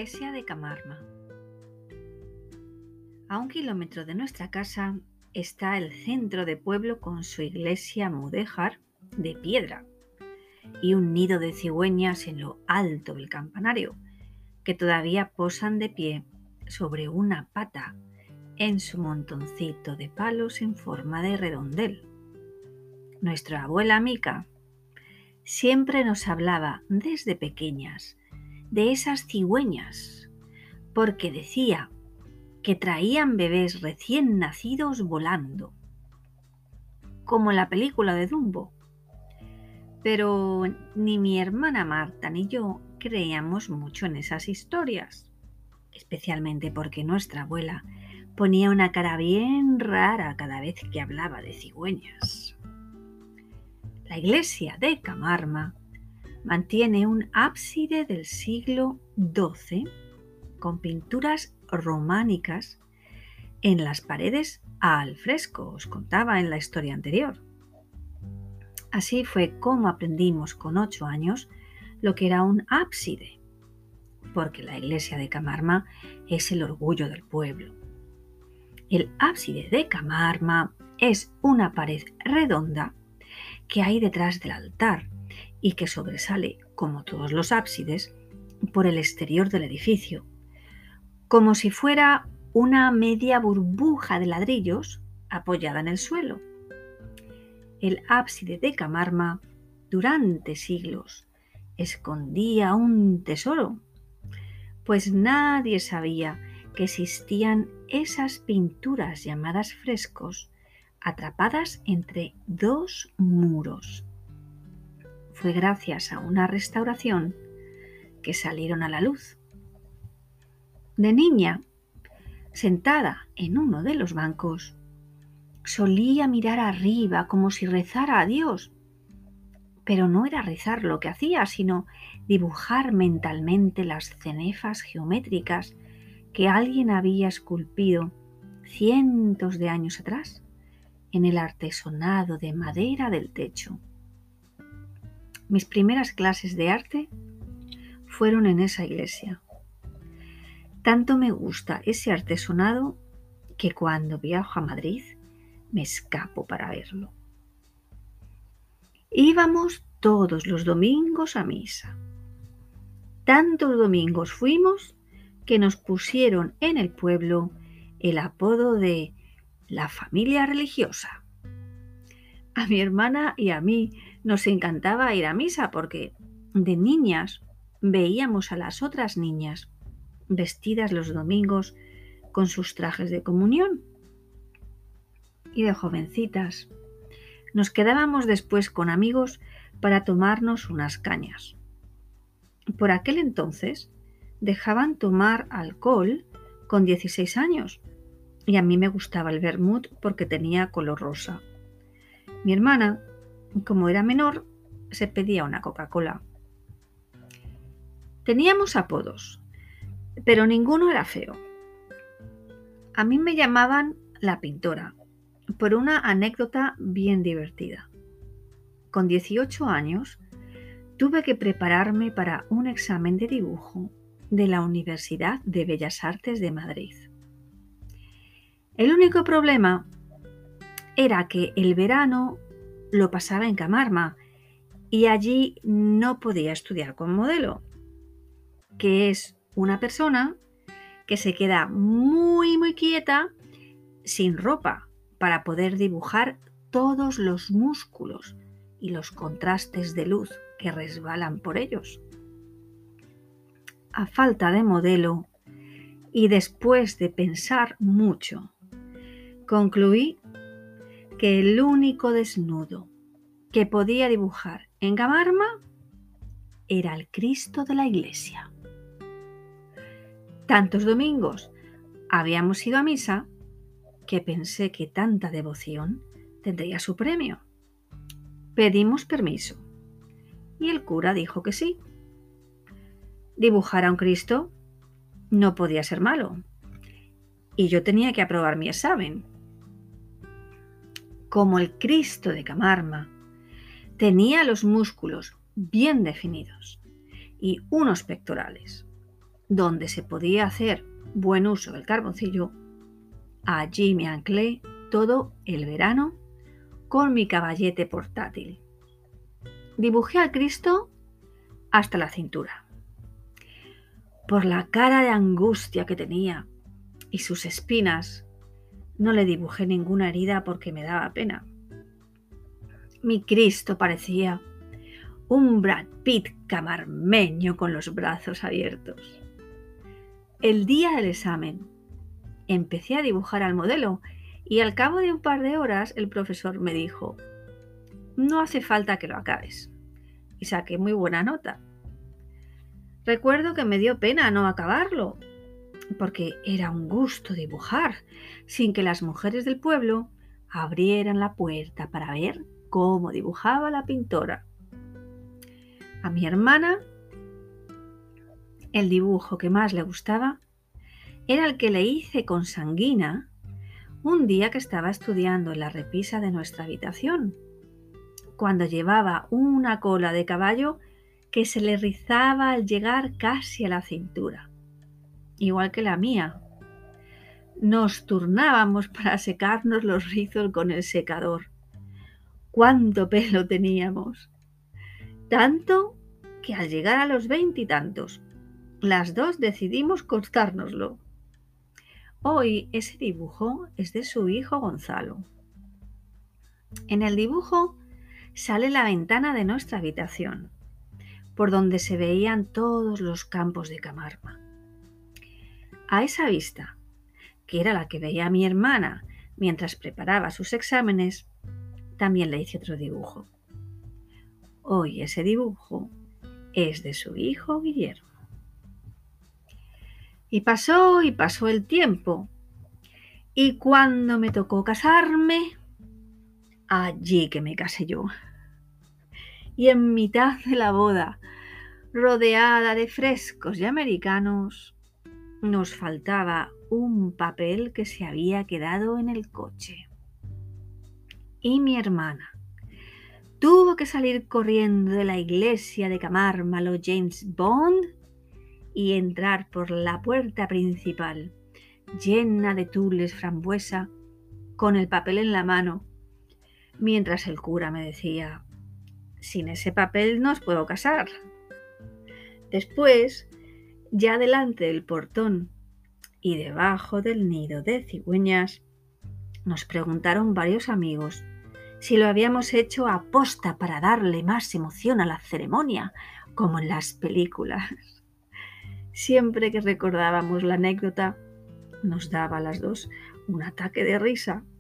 Iglesia de Camarma. A 1 kilómetro de nuestra casa está el centro de pueblo con su iglesia mudéjar de piedra y un nido de cigüeñas en lo alto del campanario, que todavía posan de pie sobre una pata en su montoncito de palos en forma de redondel. Nuestra abuela Mica siempre nos hablaba desde pequeñas de esas cigüeñas, porque decía que traían bebés recién nacidos volando, como en la película de Dumbo. Pero ni mi hermana Marta ni yo creíamos mucho en esas historias, especialmente porque nuestra abuela ponía una cara bien rara cada vez que hablaba de cigüeñas. La iglesia de Camarma mantiene un ábside del siglo XII con pinturas románicas en las paredes al fresco, os contaba en la historia anterior. Así fue como aprendimos con 8 años lo que era un ábside, porque la iglesia de Camarma es el orgullo del pueblo. El ábside de Camarma es una pared redonda que hay detrás del altar y que sobresale, como todos los ábsides, por el exterior del edificio, como si fuera una media burbuja de ladrillos apoyada en el suelo. El ábside de Camarma, durante siglos, escondía un tesoro, pues nadie sabía que existían esas pinturas llamadas frescos atrapadas entre 2 muros. Fue gracias a una restauración que salieron a la luz. De niña, sentada en uno de los bancos, solía mirar arriba como si rezara a Dios, pero no era rezar lo que hacía, sino dibujar mentalmente las cenefas geométricas que alguien había esculpido cientos de años atrás en el artesonado de madera del techo. Mis primeras clases de arte fueron en esa iglesia. Tanto me gusta ese artesonado que cuando viajo a Madrid me escapo para verlo. Íbamos todos los domingos a misa. Tantos domingos fuimos que nos pusieron en el pueblo el apodo de la familia religiosa. A mi hermana y a mí nos encantaba ir a misa porque de niñas veíamos a las otras niñas vestidas los domingos con sus trajes de comunión. Y de jovencitas nos quedábamos después con amigos para tomarnos unas cañas. Por aquel entonces dejaban tomar alcohol con 16 años y a mí me gustaba el vermut porque tenía color rosa. Mi hermana, como era menor, se pedía una Coca-Cola. Teníamos apodos, pero ninguno era feo. A mí me llamaban la pintora, por una anécdota bien divertida. Con 18 años tuve que prepararme para un examen de dibujo de la Universidad de Bellas Artes de Madrid. El único problema era que el verano lo pasaba en Camarma y allí no podía estudiar con modelo, que es una persona que se queda muy quieta sin ropa para poder dibujar todos los músculos y los contrastes de luz que resbalan por ellos. A falta de modelo y después de pensar mucho, concluí que el único desnudo que podía dibujar en Camarma era el Cristo de la iglesia. Tantos domingos habíamos ido a misa que pensé que tanta devoción tendría su premio. Pedimos permiso y el cura dijo que sí. Dibujar a un Cristo no podía ser malo y yo tenía que aprobar mi examen. Como el Cristo de Camarma tenía los músculos bien definidos y unos pectorales donde se podía hacer buen uso del carboncillo, allí me anclé todo el verano con mi caballete portátil. Dibujé al Cristo hasta la cintura. Por la cara de angustia que tenía y sus espinas, no le dibujé ninguna herida porque me daba pena. Mi Cristo parecía un Brad Pitt camarmeño con los brazos abiertos. El día del examen empecé a dibujar al modelo y al cabo de un par de horas el profesor me dijo: no hace falta que lo acabes. Y saqué muy buena nota. Recuerdo que me dio pena no acabarlo, porque era un gusto dibujar sin que las mujeres del pueblo abrieran la puerta para ver cómo dibujaba la pintora. A mi hermana, el dibujo que más le gustaba era el que le hice con sanguina un día que estaba estudiando en la repisa de nuestra habitación, cuando llevaba una cola de caballo que se le rizaba al llegar casi a la cintura, igual que la mía. Nos turnábamos para secarnos los rizos con el secador. ¡Cuánto pelo teníamos! Tanto que al llegar a los 20 y tantos, las dos decidimos cortárnoslo. Hoy ese dibujo es de su hijo Gonzalo. En el dibujo sale la ventana de nuestra habitación, por donde se veían todos los campos de Camarma. A esa vista, que era la que veía mi hermana mientras preparaba sus exámenes, también le hice otro dibujo. Hoy ese dibujo es de su hijo Guillermo. Y pasó el tiempo. Y cuando me tocó casarme, allí que me casé yo. Y en mitad de la boda, rodeada de frescos y americanos, nos faltaba un papel que se había quedado en el coche. Y mi hermana tuvo que salir corriendo de la iglesia de Camarma, lo James Bond, y entrar por la puerta principal, llena de tules frambuesa, con el papel en la mano, mientras el cura me decía: sin ese papel no os puedo casar. Después, ya delante del portón y debajo del nido de cigüeñas, nos preguntaron varios amigos si lo habíamos hecho aposta para darle más emoción a la ceremonia, como en las películas. Siempre que recordábamos la anécdota, nos daba a las dos un ataque de risa.